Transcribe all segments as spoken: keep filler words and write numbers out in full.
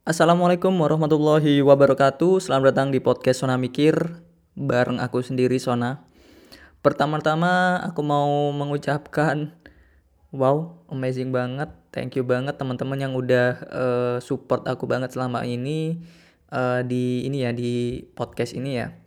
Assalamualaikum warahmatullahi wabarakatuh. Selamat datang di podcast Sona Mikir bareng aku sendiri Sona. Pertama-tama aku mau mengucapkan wow, amazing banget. Thank you banget teman-teman yang udah uh, support aku banget selama ini uh, di ini ya di podcast ini ya.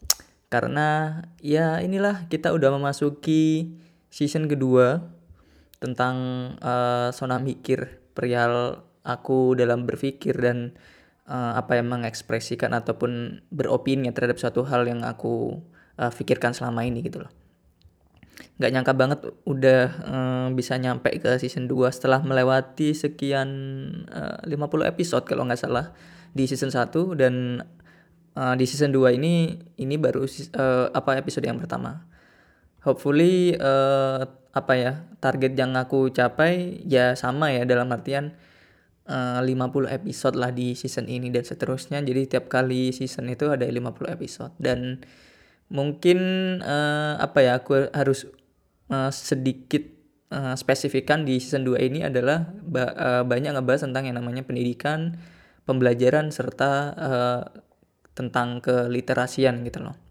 Karena ya inilah kita udah memasuki season kedua tentang uh, Sona Mikir, perihal aku dalam berpikir dan uh, apa yang mengekspresikan ataupun beropini terhadap suatu hal yang aku uh, pikirkan selama ini gitu loh. Gak nyangka banget udah uh, bisa nyampe ke season dua setelah melewati sekian uh, lima puluh episode kalau gak salah di season satu. Dan uh, di season dua ini ini baru uh, apa episode yang pertama. Hopefully uh, apa ya target yang aku capai ya sama ya, dalam artian uh, lima puluh episode lah di season ini dan seterusnya. Jadi tiap kali season itu ada lima puluh episode. Dan mungkin uh, apa ya aku harus uh, sedikit uh, spesifikkan di season dua ini adalah ba- uh, banyak ngebahas tentang yang namanya pendidikan, pembelajaran serta uh, tentang keliterasian gitu loh.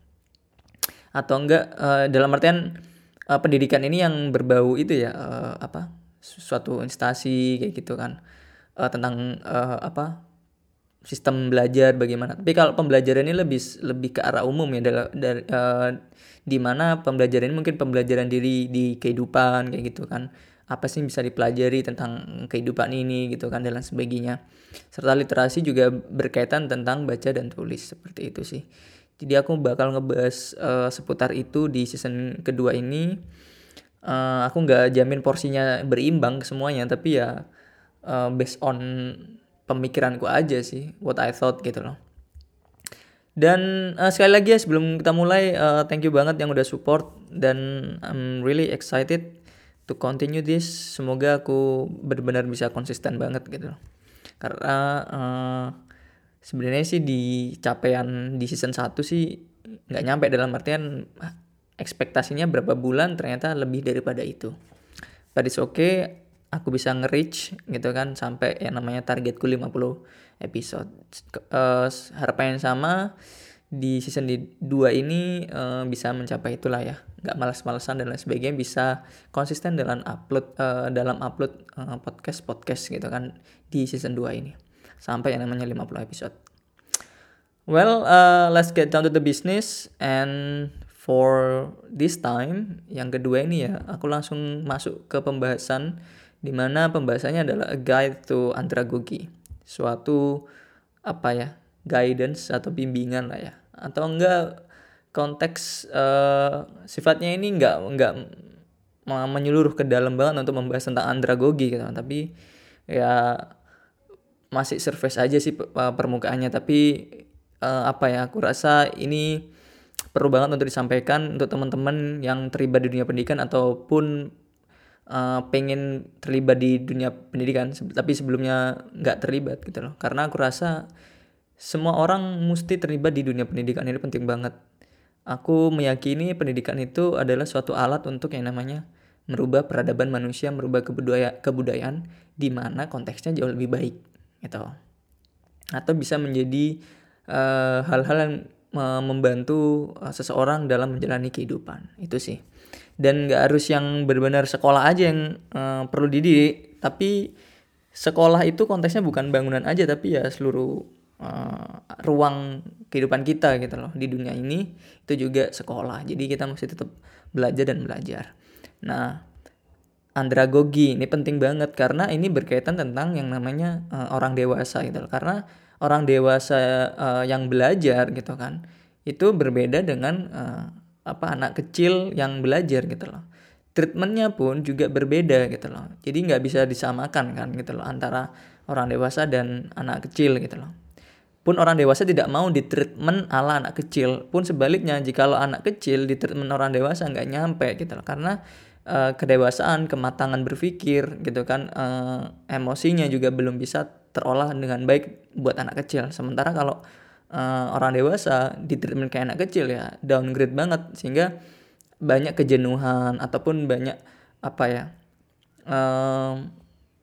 Atau enggak uh, dalam artian uh, pendidikan ini yang berbau itu ya uh, apa suatu instansi kayak gitu kan, uh, tentang uh, apa sistem belajar bagaimana. Tapi kalau pembelajaran ini lebih lebih ke arah umum ya, dari, dari uh, di mana pembelajaran ini mungkin pembelajaran diri di kehidupan kayak gitu kan, apa sih bisa dipelajari tentang kehidupan ini gitu kan, dan lain sebagainya. Serta literasi juga berkaitan tentang baca dan tulis, seperti itu sih. Jadi aku bakal ngebahas uh, seputar itu di season kedua ini. Uh, aku nggak jamin porsinya berimbang ke semuanya, tapi ya uh, based on pemikiranku aja sih, what I thought gitu loh. Dan uh, sekali lagi ya sebelum kita mulai, uh, thank you banget yang udah support, dan I'm really excited to continue this. Semoga aku benar-benar bisa konsisten banget gitu loh. Karena uh, sebenarnya sih di capaian di season satu sih nggak nyampe, dalam artian ekspektasinya berapa bulan ternyata lebih daripada itu. But it's okay, aku bisa nge-reach gitu kan sampai yang namanya targetku lima puluh episode. Uh, harapan yang sama di season dua ini uh, bisa mencapai itulah ya, nggak malas-malasan dan lain sebagainya, bisa konsisten dalam upload uh, dalam upload uh, podcast podcast gitu kan di season dua ini sampai yang namanya lima puluh episode. Well, uh, let's get down to the business. And for this time, yang kedua ini ya, aku langsung masuk ke pembahasan, di mana pembahasannya adalah a guide to andragogy. Suatu apa ya, guidance atau bimbingan lah ya. Atau enggak konteks uh, sifatnya ini enggak enggak menyeluruh ke dalam banget untuk membahas tentang andragogy gitu, tapi ya masih surface aja sih permukaannya. Tapi uh, apa ya aku rasa ini perlu banget untuk disampaikan untuk teman-teman yang terlibat di dunia pendidikan ataupun uh, pengen terlibat di dunia pendidikan tapi sebelumnya nggak terlibat gitu loh. Karena aku rasa semua orang mesti terlibat di dunia pendidikan, ini penting banget. Aku meyakini pendidikan itu adalah suatu alat untuk yang namanya merubah peradaban manusia, merubah kebudaya, kebudayaan di mana konteksnya jauh lebih baik gitu. Atau bisa menjadi uh, hal-hal yang uh, membantu uh, seseorang dalam menjalani kehidupan, itu sih. Dan gak harus yang benar-benar sekolah aja yang uh, perlu dididik, tapi sekolah itu konteksnya bukan bangunan aja, tapi ya seluruh uh, ruang kehidupan kita gitu loh. Di dunia ini itu juga sekolah, jadi kita mesti tetap belajar dan belajar. Nah, andragogy ini penting banget karena ini berkaitan tentang yang namanya uh, orang dewasa gitu loh. Karena orang dewasa uh, yang belajar gitu kan, itu berbeda dengan uh, apa anak kecil yang belajar gitu loh. Treatmentnya pun juga berbeda gitu loh. Jadi nggak bisa disamakan kan gitu loh antara orang dewasa dan anak kecil gitu loh. Pun orang dewasa tidak mau ditreatment ala anak kecil, pun sebaliknya jikalau anak kecil ditreatment orang dewasa nggak nyampe gitu loh. Karena uh, kedewasaan, kematangan berpikir gitu kan, uh, emosinya juga belum bisa terolah dengan baik buat anak kecil. Sementara kalau uh, orang dewasa ditreatment kayak anak kecil ya downgrade banget, sehingga banyak kejenuhan ataupun banyak apa ya um,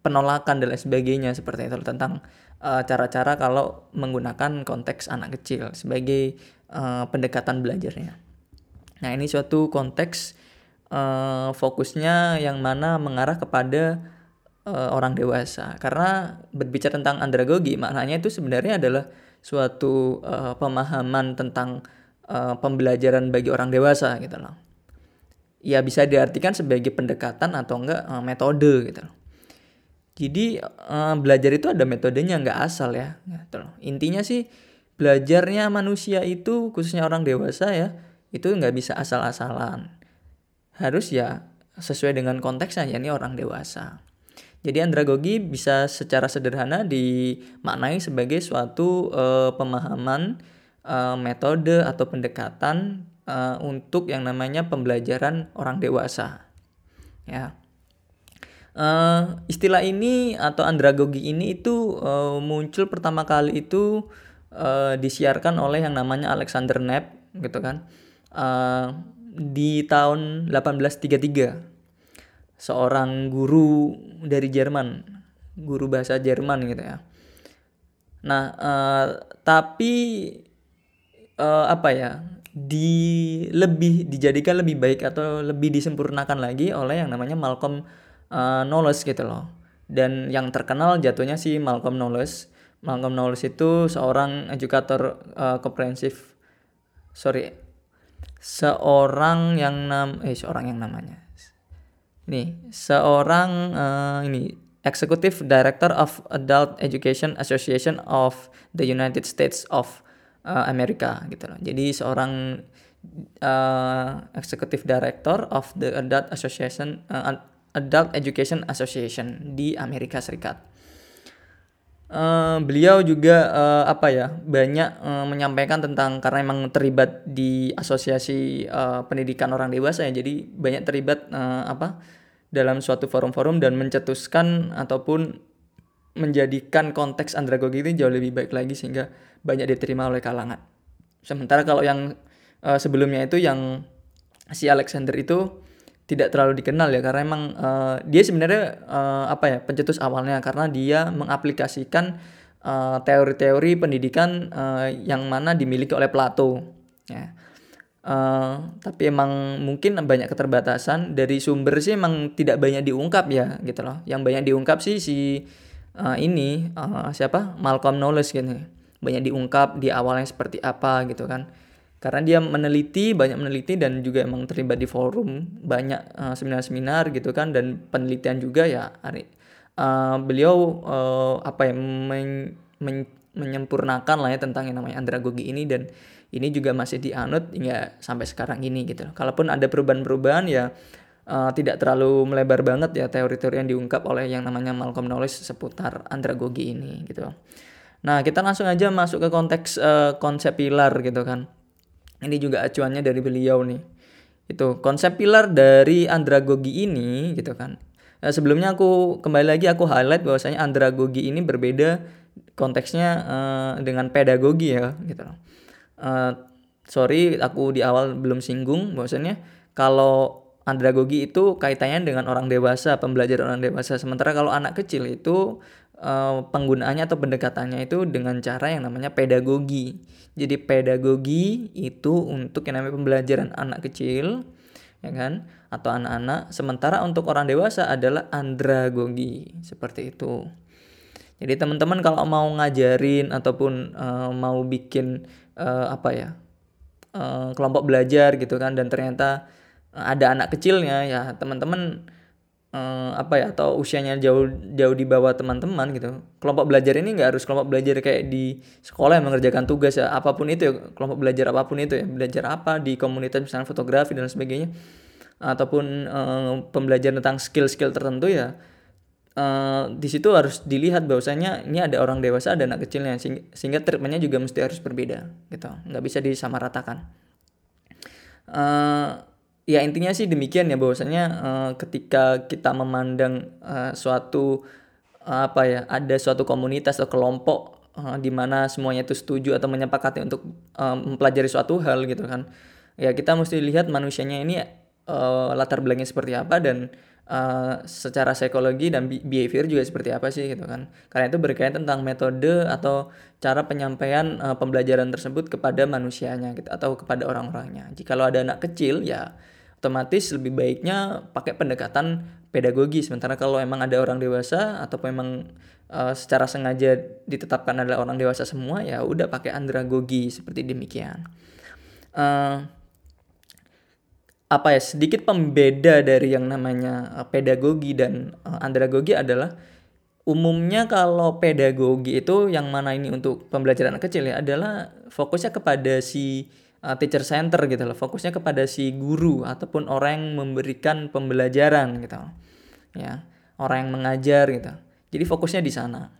penolakan dan lain sebagainya seperti itu, tentang uh, cara-cara kalau menggunakan konteks anak kecil sebagai uh, pendekatan belajarnya. Nah, ini suatu konteks uh, fokusnya yang mana mengarah kepada uh, orang dewasa. Karena berbicara tentang andragogi, maknanya itu sebenarnya adalah suatu uh, pemahaman tentang uh, pembelajaran bagi orang dewasa gitu loh. Ya bisa diartikan sebagai pendekatan atau enggak uh, metode gitu loh. Jadi uh, belajar itu ada metodenya, nggak asal ya. Gitu loh. Intinya sih belajarnya manusia itu, khususnya orang dewasa ya, itu nggak bisa asal-asalan. Harus ya sesuai dengan konteksnya, yakni orang dewasa. Jadi andragogi bisa secara sederhana dimaknai sebagai suatu uh, pemahaman, uh, metode atau pendekatan uh, untuk yang namanya pembelajaran orang dewasa. Ya. Uh, istilah ini atau andragogi ini itu uh, muncul pertama kali itu uh, disiarkan oleh yang namanya Alexander Knapp gitu kan, uh, di tahun delapan belas tiga puluh tiga, seorang guru dari Jerman, guru bahasa Jerman gitu ya. Nah uh, tapi uh, apa ya di lebih dijadikan lebih baik atau lebih disempurnakan lagi oleh yang namanya Malcolm Uh, Knowles gitu loh. Dan yang terkenal jatuhnya si Malcolm Knowles. Malcolm Knowles itu seorang edukator uh, komprehensif. Sorry. Seorang yang nam eh seorang yang namanya. Nih, seorang uh, ini Executive Director of Adult Education Association of the United States of uh, America gitu loh. Jadi seorang uh, Executive Director of the Adult Association uh, Adult Education Association di Amerika Serikat. Uh, beliau juga uh, apa ya banyak uh, menyampaikan tentang, karena emang terlibat di asosiasi uh, pendidikan orang dewasa ya, jadi banyak terlibat uh, apa dalam suatu forum-forum dan mencetuskan ataupun menjadikan konteks andragogi ini jauh lebih baik lagi sehingga banyak diterima oleh kalangan. Sementara kalau yang uh, sebelumnya itu yang si Alexander itu tidak terlalu dikenal ya, karena emang uh, dia sebenarnya uh, apa ya pencetus awalnya, karena dia mengaplikasikan uh, teori-teori pendidikan uh, yang mana dimiliki oleh Plato ya. Uh, tapi emang mungkin banyak keterbatasan dari sumber sih, emang tidak banyak diungkap ya gitu loh. Yang banyak diungkap sih si uh, ini uh, siapa Malcolm Knowles gitu, banyak diungkap di awalnya seperti apa gitu kan. Karena dia meneliti, banyak meneliti dan juga emang terlibat di forum, banyak uh, seminar-seminar gitu kan, dan penelitian juga ya. Uh, beliau uh, apa ya men, men, menyempurnakan lah ya tentang yang namanya andragogi ini, dan ini juga masih dianut hingga sampai sekarang ini gitu. Kalaupun ada perubahan-perubahan ya uh, tidak terlalu melebar banget ya teori-teori yang diungkap oleh yang namanya Malcolm Knowles seputar andragogi ini gitu. Nah kita langsung aja masuk ke konteks uh, konsep pilar gitu kan. Ini juga acuannya dari beliau nih. Itu konsep pilar dari andragogi ini gitu kan. Nah, sebelumnya aku kembali lagi aku highlight bahwasanya andragogi ini berbeda konteksnya uh, dengan pedagogi ya gitu loh. Uh, sorry aku di awal belum singgung bahwasanya kalau andragogi itu kaitannya dengan orang dewasa, pembelajaran orang dewasa. Sementara kalau anak kecil itu uh, penggunaannya atau pendekatannya itu dengan cara yang namanya pedagogi. Jadi pedagogi itu untuk yang namanya pembelajaran anak kecil, ya kan, atau anak-anak. Sementara untuk orang dewasa adalah andragogi, seperti itu. Jadi teman-teman kalau mau ngajarin ataupun uh, mau bikin uh, apa ya uh, kelompok belajar gitu kan, dan ternyata uh, ada anak kecilnya, ya teman-teman Uh, apa ya atau usianya jauh jauh di bawah teman-teman gitu. Kelompok belajar ini nggak harus kelompok belajar kayak di sekolah yang mengerjakan tugas ya, apapun itu ya, kelompok belajar apapun itu ya, belajar apa di komunitas misalnya fotografi dan sebagainya, ataupun uh, pembelajaran tentang skill-skill tertentu ya. Uh, di situ harus dilihat bahwasanya ini ada orang dewasa, ada anak kecilnya, sehingga, sehingga treatmentnya juga mesti harus berbeda gitu, nggak bisa disamaratakan. Uh, Ya intinya sih demikian ya, bahwasanya uh, ketika kita memandang uh, suatu uh, apa ya ada suatu komunitas atau kelompok uh, di mana semuanya itu setuju atau menyepakati untuk uh, mempelajari suatu hal gitu kan, ya kita mesti lihat manusianya ini uh, latar belakangnya seperti apa, dan uh, secara psikologi dan behavior juga seperti apa sih gitu kan. Karena itu berkaitan tentang metode atau cara penyampaian uh, pembelajaran tersebut kepada manusianya gitu atau kepada orang-orangnya. Jikalau ada anak kecil ya otomatis lebih baiknya pakai pendekatan pedagogi. Sementara kalau emang ada orang dewasa atau memang uh, secara sengaja ditetapkan adalah orang dewasa semua, ya udah pakai andragogi seperti demikian. Uh, apa ya sedikit pembeda dari yang namanya uh, pedagogi dan uh, andragogi adalah umumnya kalau pedagogi itu yang mana ini untuk pembelajaran anak kecil ya adalah fokusnya kepada si uh, teacher center gitu loh, fokusnya kepada si guru ataupun orang yang memberikan pembelajaran gitu ya, orang yang mengajar gitu. Jadi fokusnya di sana.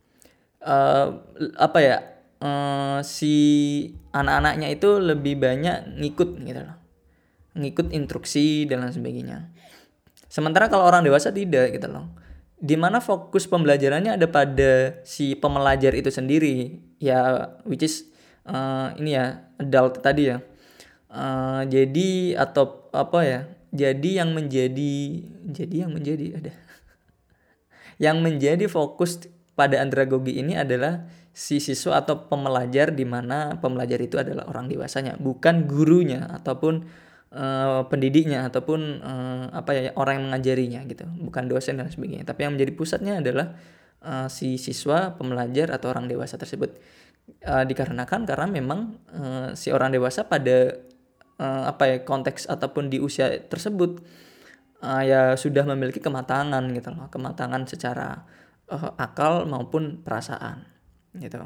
Uh, apa ya uh, si anak-anaknya itu lebih banyak ngikut gitu loh, ngikut instruksi dan lain sebagainya. Sementara kalau orang dewasa tidak gitu loh, dimana fokus pembelajarannya ada pada si pembelajar itu sendiri ya, which is uh, ini ya adult tadi ya. Uh, jadi atau apa ya? Jadi yang menjadi jadi yang menjadi ada yang menjadi fokus pada andragogi ini adalah si siswa atau pembelajar, di mana pembelajar itu adalah orang dewasanya, bukan gurunya ataupun uh, pendidiknya ataupun uh, apa ya orang yang mengajarinya gitu, bukan dosen dan sebagainya. Tapi yang menjadi pusatnya adalah uh, si siswa, pembelajar atau orang dewasa tersebut. Uh, dikarenakan karena memang uh, si orang dewasa pada uh, apa ya konteks ataupun di usia tersebut uh, ya sudah memiliki kematangan gitu loh, kematangan secara uh, akal maupun perasaan gitu.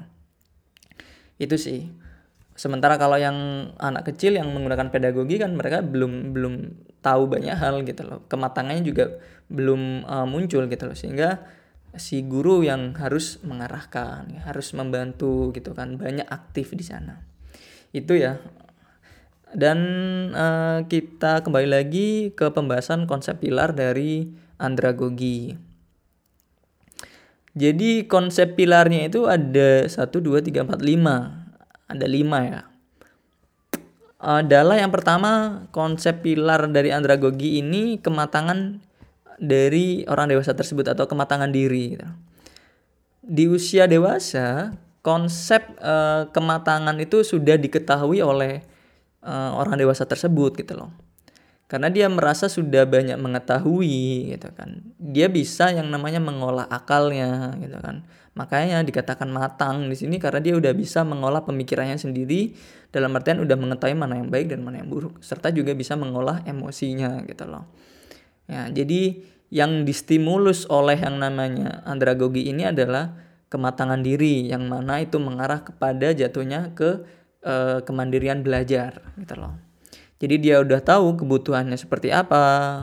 Itu sih. Sementara kalau yang anak kecil yang menggunakan pedagogi kan mereka belum belum tahu banyak hal gitu loh, kematangannya juga belum uh, muncul gitu loh, sehingga si guru yang harus mengarahkan, harus membantu gitu kan, banyak aktif di sana. Itu ya. Dan uh, kita kembali lagi ke pembahasan konsep pilar dari andragogi. Jadi konsep pilarnya itu ada satu, dua, tiga, empat, lima. Ada lima ya. Adalah yang pertama, konsep pilar dari andragogi ini kematangan dari orang dewasa tersebut atau kematangan diri gitu. Di usia dewasa, konsep uh, kematangan itu sudah diketahui oleh uh, orang dewasa tersebut gitu loh. Karena dia merasa sudah banyak mengetahui gitu kan. Dia bisa yang namanya mengolah akalnya gitu kan. Makanya dikatakan matang di sini karena dia udah bisa mengolah pemikirannya sendiri, dalam artian udah mengetahui mana yang baik dan mana yang buruk, serta juga bisa mengolah emosinya gitu loh. Ya, jadi yang distimulus oleh yang namanya andragogi ini adalah kematangan diri, yang mana itu mengarah kepada jatuhnya ke e, kemandirian belajar gitu loh. Jadi dia udah tahu kebutuhannya seperti apa,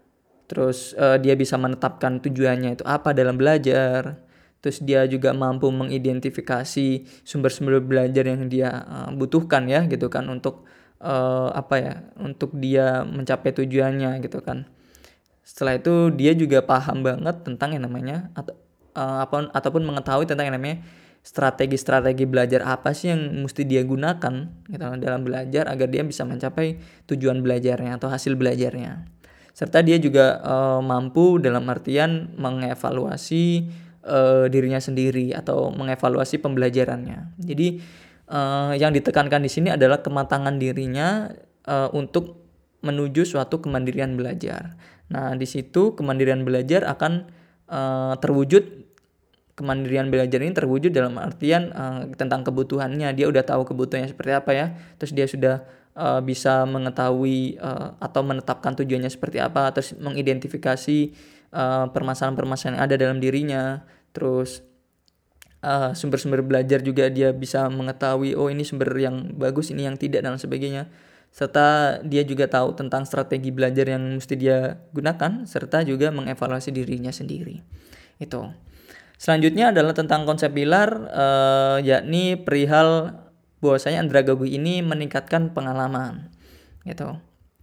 terus e, dia bisa menetapkan tujuannya itu apa dalam belajar, terus dia juga mampu mengidentifikasi sumber-sumber belajar yang dia e, butuhkan ya gitu kan, untuk e, apa ya, untuk dia mencapai tujuannya gitu kan. Setelah itu dia juga paham banget tentang yang namanya atau uh, apa ataupun mengetahui tentang yang namanya strategi-strategi belajar apa sih yang mesti dia gunakan gitu dalam belajar agar dia bisa mencapai tujuan belajarnya atau hasil belajarnya. Serta dia juga uh, mampu dalam artian mengevaluasi uh, dirinya sendiri atau mengevaluasi pembelajarannya. Jadi uh, yang ditekankan di sini adalah kematangan dirinya uh, untuk menuju suatu kemandirian belajar. Nah, di situ kemandirian belajar akan uh, terwujud. Kemandirian belajar ini terwujud dalam artian uh, tentang kebutuhannya. Dia udah tahu kebutuhannya seperti apa ya. Terus dia sudah uh, bisa mengetahui uh, atau menetapkan tujuannya seperti apa. Terus mengidentifikasi uh, permasalahan-permasalahan yang ada dalam dirinya. Terus uh, sumber-sumber belajar juga dia bisa mengetahui, oh ini sumber yang bagus, ini yang tidak, dan sebagainya. Serta dia juga tahu tentang strategi belajar yang mesti dia gunakan, serta juga mengevaluasi dirinya sendiri. Itu. Selanjutnya adalah tentang konsep pilar, eh, yakni perihal bahwasanya andragogi ini meningkatkan pengalaman. Gitu.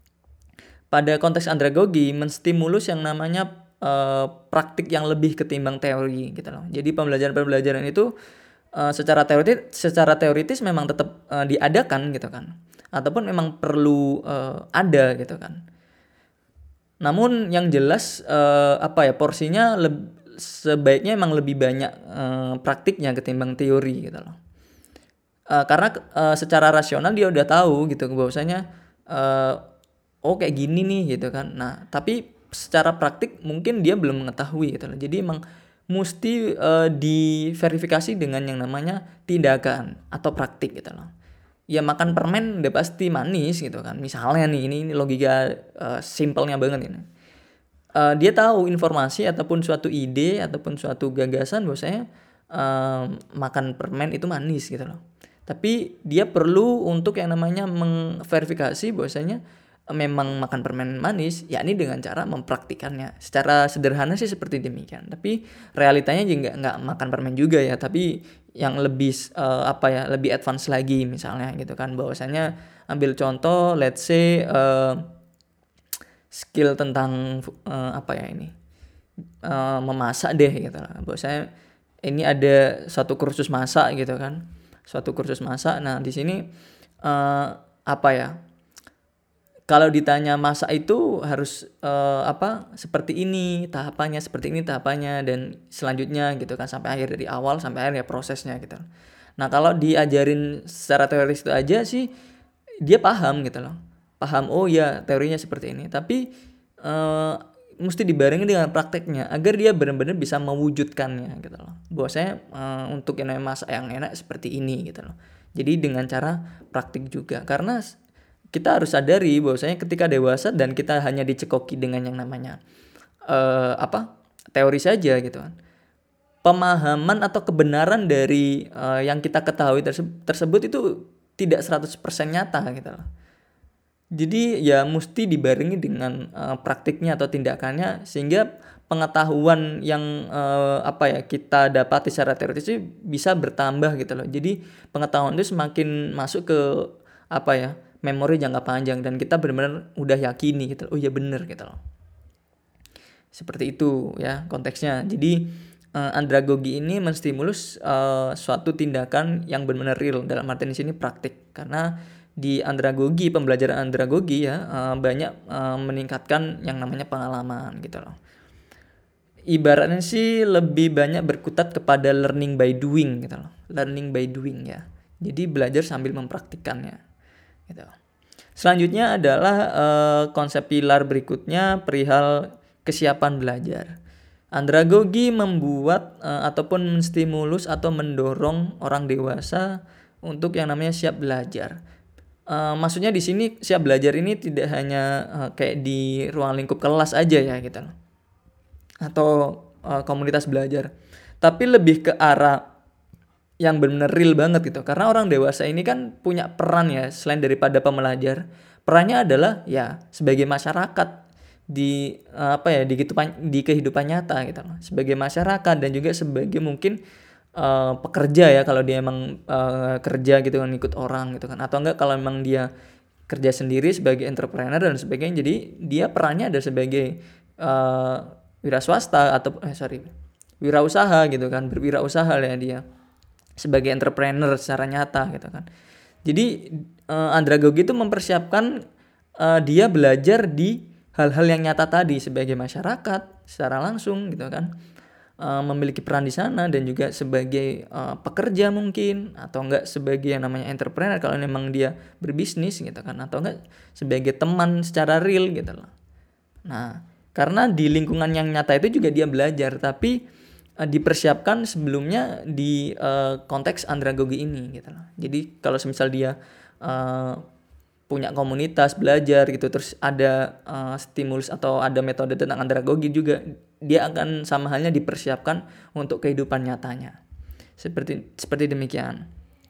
Pada konteks andragogi menstimulus yang namanya eh, praktik yang lebih ketimbang teori, gitu loh. Jadi pembelajaran-pembelajaran itu eh, secara teoritis, secara teoritis memang tetap eh, diadakan, gitu kan. Ataupun memang perlu uh, ada gitu kan. Namun yang jelas uh, apa ya porsinya leb- sebaiknya emang lebih banyak uh, praktiknya ketimbang teori gitu loh. Uh, karena uh, secara rasional dia udah tahu gitu bahwasanya uh, oh kayak gini nih gitu kan. Nah, tapi secara praktik mungkin dia belum mengetahui gitu loh. Jadi emang mesti uh, diverifikasi dengan yang namanya tindakan atau praktik gitu loh. Ya makan permen udah pasti manis gitu kan. Misalnya nih ini, ini logika uh, simpelnya banget ini. Uh, dia tahu informasi ataupun suatu ide ataupun suatu gagasan bahwasanya uh, makan permen itu manis gitu loh. Tapi dia perlu untuk yang namanya mengverifikasi bahwasanya memang makan permen manis, yakni dengan cara mempraktikannya. Secara sederhana sih seperti demikian. Tapi realitanya juga nggak makan permen juga ya. Tapi yang lebih uh, apa ya, lebih advance lagi misalnya gitu kan. Bahwasanya ambil contoh, let's say uh, skill tentang uh, apa ya ini, uh, memasak deh gitu lah. Bahwasanya ini ada satu kursus masak gitu kan. Suatu kursus masak. Nah di sini uh, apa ya? Kalau ditanya masak itu harus uh, apa seperti ini tahapannya, seperti ini tahapannya dan selanjutnya gitu kan sampai akhir dari awal sampai akhir ya prosesnya gitu. Nah kalau diajarin secara teoris itu aja sih dia paham gitu loh, paham oh ya teorinya seperti ini. Tapi uh, mesti dibarengi dengan prakteknya agar dia benar-benar bisa mewujudkannya gitu loh. Bahwasanya uh, untuk yang namanya masak yang enak seperti ini gitu loh. Jadi dengan cara praktik juga karena kita harus sadari bahwasanya ketika dewasa dan kita hanya dicekoki dengan yang namanya uh, apa teori saja gitu kan, pemahaman atau kebenaran dari uh, yang kita ketahui terse- tersebut itu tidak seratus persen nyata gitu loh. Jadi ya mesti dibarengi dengan uh, praktiknya atau tindakannya sehingga pengetahuan yang uh, apa ya kita dapati secara teoritis itu bisa bertambah gitu loh. Jadi pengetahuan itu semakin masuk ke apa ya memori jangka panjang dan kita benar-benar udah yakini gitu. Oh iya benar gitu loh. Seperti itu ya konteksnya. Jadi uh, andragogi ini menstimulus uh, suatu tindakan yang benar-benar real dalam artian di sini praktik. Karena di andragogi, pembelajaran andragogi ya uh, banyak uh, meningkatkan yang namanya pengalaman gitu loh. Ibaratnya sih lebih banyak berkutat kepada learning by doing gitu loh. Learning by doing ya. Jadi belajar sambil mempraktikkannya gitu. Selanjutnya adalah uh, konsep pilar berikutnya perihal kesiapan belajar. Andragogi membuat uh, ataupun menstimulus atau mendorong orang dewasa untuk yang namanya siap belajar. Uh, maksudnya di sini siap belajar ini tidak hanya uh, kayak di ruang lingkup kelas aja ya gitu atau uh, komunitas belajar, tapi lebih ke arah yang benar-benar real banget gitu. Karena orang dewasa ini kan punya peran ya selain daripada pembelajar. Perannya adalah ya sebagai masyarakat di uh, apa ya di kehidupan di kehidupan nyata gitu loh. Sebagai masyarakat dan juga sebagai mungkin uh, pekerja ya kalau dia emang uh, kerja gitu kan ikut orang gitu kan. Atau enggak kalau emang dia kerja sendiri sebagai entrepreneur dan sebagainya. Jadi dia perannya ada sebagai uh, wira swasta atau eh sorry wirausaha gitu kan, berwirausaha ya dia sebagai entrepreneur secara nyata gitu kan. Jadi uh, andragogi itu mempersiapkan uh, dia belajar di hal-hal yang nyata tadi sebagai masyarakat secara langsung gitu kan, uh, memiliki peran di sana dan juga sebagai uh, pekerja mungkin atau enggak sebagai yang namanya entrepreneur kalau memang dia berbisnis gitu kan, atau enggak sebagai teman secara real gitu loh. Nah, karena di lingkungan yang nyata itu juga dia belajar tapi dipersiapkan sebelumnya di uh, konteks andragogi ini gitu loh. Jadi kalau semisal dia uh, punya komunitas belajar gitu terus ada uh, stimulus atau ada metode tentang andragogi juga dia akan sama halnya dipersiapkan untuk kehidupan nyatanya. Seperti seperti demikian.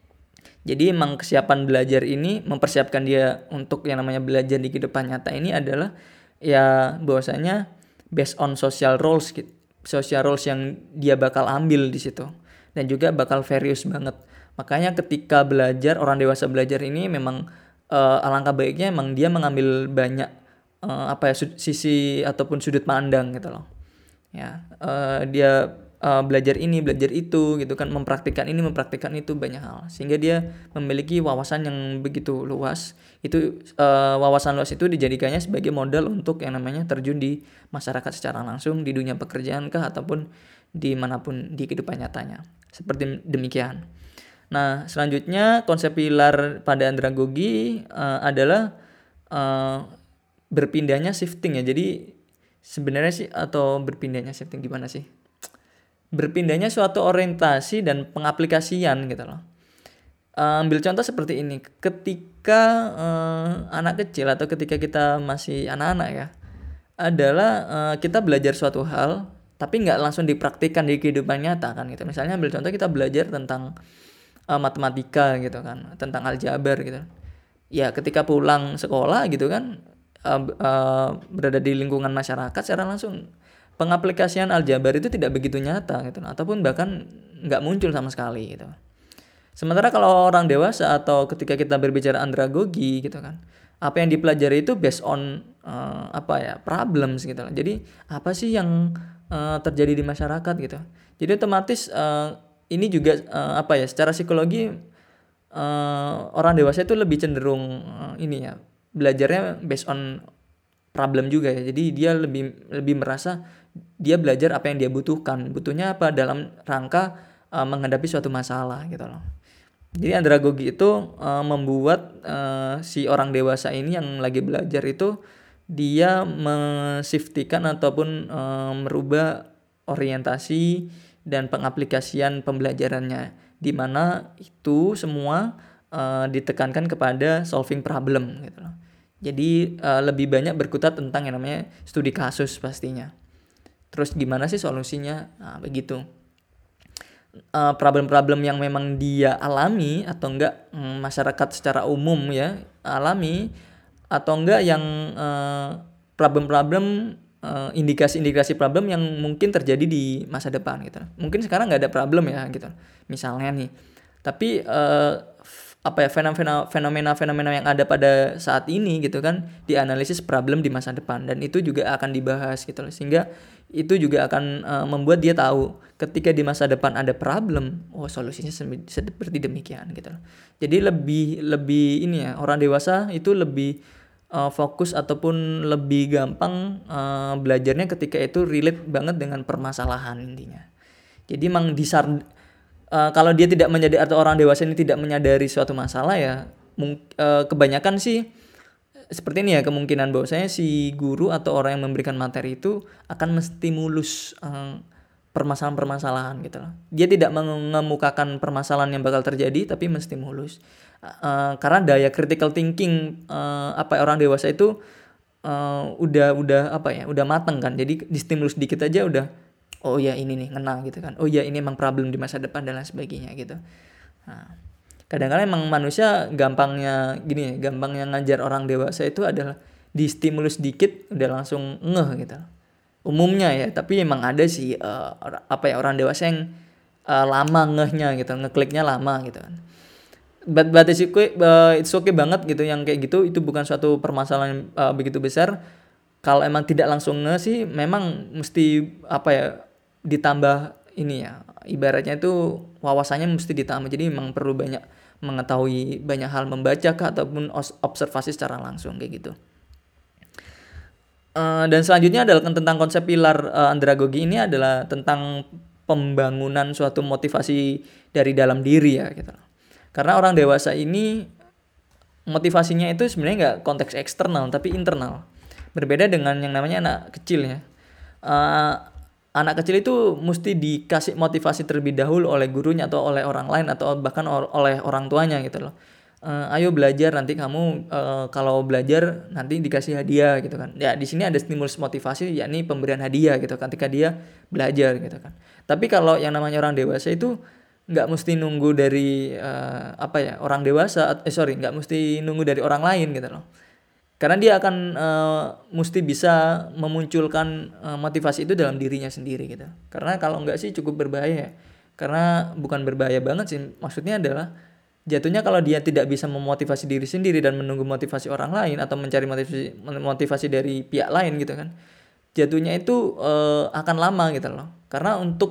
Jadi emang kesiapan belajar ini mempersiapkan dia untuk yang namanya belajar di kehidupan nyata ini adalah ya bahwasanya based on social roles gitu. Social roles yang dia bakal ambil di situ dan juga bakal serius banget. Makanya ketika belajar orang dewasa belajar ini memang uh, alangkah baiknya memang dia mengambil banyak uh, apa ya sisi ataupun sudut pandang gitu loh. Ya, uh, dia uh, belajar ini, belajar itu gitu kan, mempraktikkan ini, mempraktikkan itu, banyak hal. Sehingga dia memiliki wawasan yang begitu luas. Itu uh, wawasan luas itu dijadikannya sebagai modal untuk yang namanya terjun di masyarakat secara langsung, di dunia pekerjaan kah ataupun dimanapun di kehidupan nyatanya. Seperti demikian. Nah, selanjutnya konsep pilar pada andragogi uh, adalah uh, berpindahnya shifting ya. Jadi sebenarnya sih, atau berpindahnya shifting gimana sih? Berpindahnya suatu orientasi dan pengaplikasian gitu loh. Uh, ambil contoh seperti ini. Ketika uh, anak kecil atau ketika kita masih anak-anak ya, adalah uh, kita belajar suatu hal tapi nggak langsung dipraktikkan di kehidupan nyata kan gitu. Misalnya ambil contoh kita belajar tentang uh, matematika gitu kan, tentang aljabar gitu. Ya ketika pulang sekolah gitu kan, uh, uh, berada di lingkungan masyarakat secara langsung, pengaplikasian aljabar itu tidak begitu nyata gitu, ataupun bahkan nggak muncul sama sekali gitu. Sementara kalau orang dewasa atau ketika kita berbicara andragogi gitu kan, apa yang dipelajari itu based on uh, apa ya, problems gitu loh. Jadi apa sih yang uh, terjadi di masyarakat gitu. Jadi otomatis uh, ini juga uh, apa ya, secara psikologi uh, orang dewasa itu lebih cenderung uh, ini ya, belajarnya based on problem juga ya. Jadi dia lebih lebih merasa dia belajar apa yang dia butuhkan. Butuhnya apa dalam rangka uh, menghadapi suatu masalah gitu loh. Jadi andragogi itu uh, membuat uh, si orang dewasa ini yang lagi belajar itu dia mensiftikan ataupun uh, merubah orientasi dan pengaplikasian pembelajarannya, di mana itu semua uh, ditekankan kepada solving problem gitu loh. Jadi uh, lebih banyak berkutat tentang yang namanya studi kasus pastinya. Terus gimana sih solusinya? Nah, begitu. Uh, problem-problem yang memang dia alami atau enggak um, masyarakat secara umum ya alami, atau enggak yang uh, problem-problem uh, indikasi-indikasi problem yang mungkin terjadi di masa depan gitu. Mungkin sekarang nggak ada problem ya gitu. Misalnya nih, tapi uh, apa ya, fenomena-fenomena yang ada pada saat ini gitu kan dianalisis problem di masa depan, dan itu juga akan dibahas gitu loh. Sehingga itu juga akan uh, membuat dia tahu ketika di masa depan ada problem, oh solusinya seperti demikian gitu loh. Jadi lebih lebih ini ya, orang dewasa itu lebih uh, fokus ataupun lebih gampang uh, belajarnya ketika itu relate banget dengan permasalahan intinya. Jadi emang disar uh, kalau dia tidak menyadari, atau orang dewasa ini tidak menyadari suatu masalah ya, mung- uh, kebanyakan sih seperti ini ya, kemungkinan bahwasanya si guru atau orang yang memberikan materi itu akan menstimulus uh, permasalahan-permasalahan gitu loh. Dia tidak mengemukakan permasalahan yang bakal terjadi, tapi menstimulus. Uh, karena daya critical thinking uh, apa orang dewasa itu uh, udah udah apa ya, udah mateng kan. Jadi distimulus dikit aja udah, oh ya ini nih ngena gitu kan. Oh ya ini emang problem di masa depan dan lain sebagainya gitu. Nah, kadang-kadang emang manusia gampangnya gini ya, gampangnya ngajar orang dewasa itu adalah di stimulus dikit udah langsung ngeh gitu. Umumnya ya, tapi emang ada sih uh, apa ya, orang dewasa yang uh, lama ngehnya gitu, ngekliknya lama gitu kan. But, but it's okay, uh, it's okay banget gitu yang kayak gitu, itu bukan suatu permasalahan uh, begitu besar. Kalau emang tidak langsung ngeh sih, memang mesti apa ya, ditambah ini ya, ibaratnya itu wawasannya mesti ditambah. Jadi memang perlu banyak mengetahui banyak hal, membaca kah ataupun observasi secara langsung kayak gitu. Uh, dan selanjutnya adalah tentang konsep pilar uh, andragogi ini adalah tentang pembangunan suatu motivasi dari dalam diri ya gitu. Karena orang dewasa ini motivasinya itu sebenarnya nggak konteks eksternal tapi internal. Berbeda dengan yang namanya anak kecil ya. Uh, Anak kecil itu mesti dikasih motivasi terlebih dahulu oleh gurunya atau oleh orang lain atau bahkan oleh orang tuanya gitu loh. Uh, ayo belajar, nanti kamu uh, kalau belajar nanti dikasih hadiah gitu kan. Ya di sini ada stimulus motivasi, yakni pemberian hadiah gitu ketika dia belajar gitu kan. Tapi kalau yang namanya orang dewasa itu nggak mesti nunggu dari uh, apa ya, orang dewasa eh sorry nggak mesti nunggu dari orang lain gitu loh. Karena dia akan uh, mesti bisa memunculkan uh, motivasi itu dalam dirinya sendiri gitu. Karena kalau enggak sih cukup berbahaya. Karena bukan berbahaya banget sih. Maksudnya adalah jatuhnya kalau dia tidak bisa memotivasi diri sendiri dan menunggu motivasi orang lain atau mencari motivasi motivasi dari pihak lain gitu kan. Jatuhnya itu uh, akan lama gitu loh. Karena untuk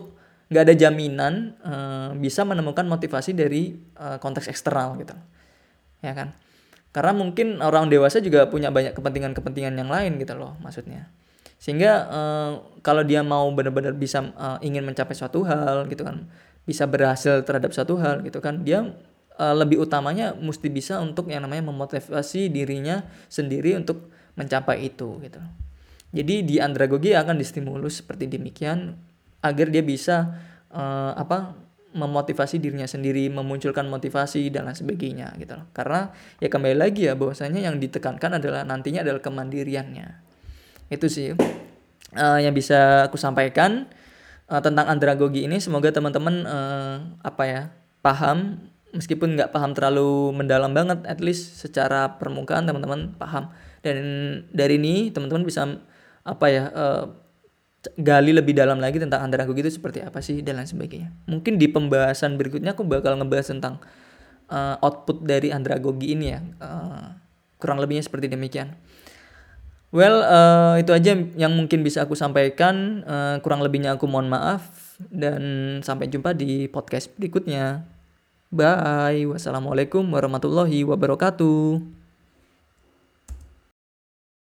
nggak ada jaminan uh, bisa menemukan motivasi dari uh, konteks eksternal gitu, ya kan? Karena mungkin orang dewasa juga punya banyak kepentingan-kepentingan yang lain gitu loh maksudnya. Sehingga uh, kalau dia mau benar-benar bisa uh, ingin mencapai suatu hal gitu kan, bisa berhasil terhadap suatu hal gitu kan, dia uh, lebih utamanya mesti bisa untuk yang namanya memotivasi dirinya sendiri untuk mencapai itu gitu. Jadi di andragogi akan distimulus seperti demikian agar dia bisa uh, apa memotivasi dirinya sendiri, memunculkan motivasi dan lain sebagainya gitu loh. Karena ya kembali lagi ya bahwasanya yang ditekankan adalah nantinya adalah kemandiriannya. Itu sih uh, yang bisa aku sampaikan uh, tentang andragogi ini. Semoga teman-teman uh, apa ya paham, meskipun nggak paham terlalu mendalam banget, at least secara permukaan teman-teman paham. Dan dari ini teman-teman bisa apa ya uh, gali lebih dalam lagi tentang andragogi itu seperti apa sih dan lain sebagainya. Mungkin di pembahasan berikutnya aku bakal ngebahas tentang uh, output dari andragogi ini ya. Uh, kurang lebihnya seperti demikian. Well, uh, itu aja yang mungkin bisa aku sampaikan. Uh, kurang lebihnya aku mohon maaf dan sampai jumpa di podcast berikutnya. Bye. Wassalamualaikum warahmatullahi wabarakatuh.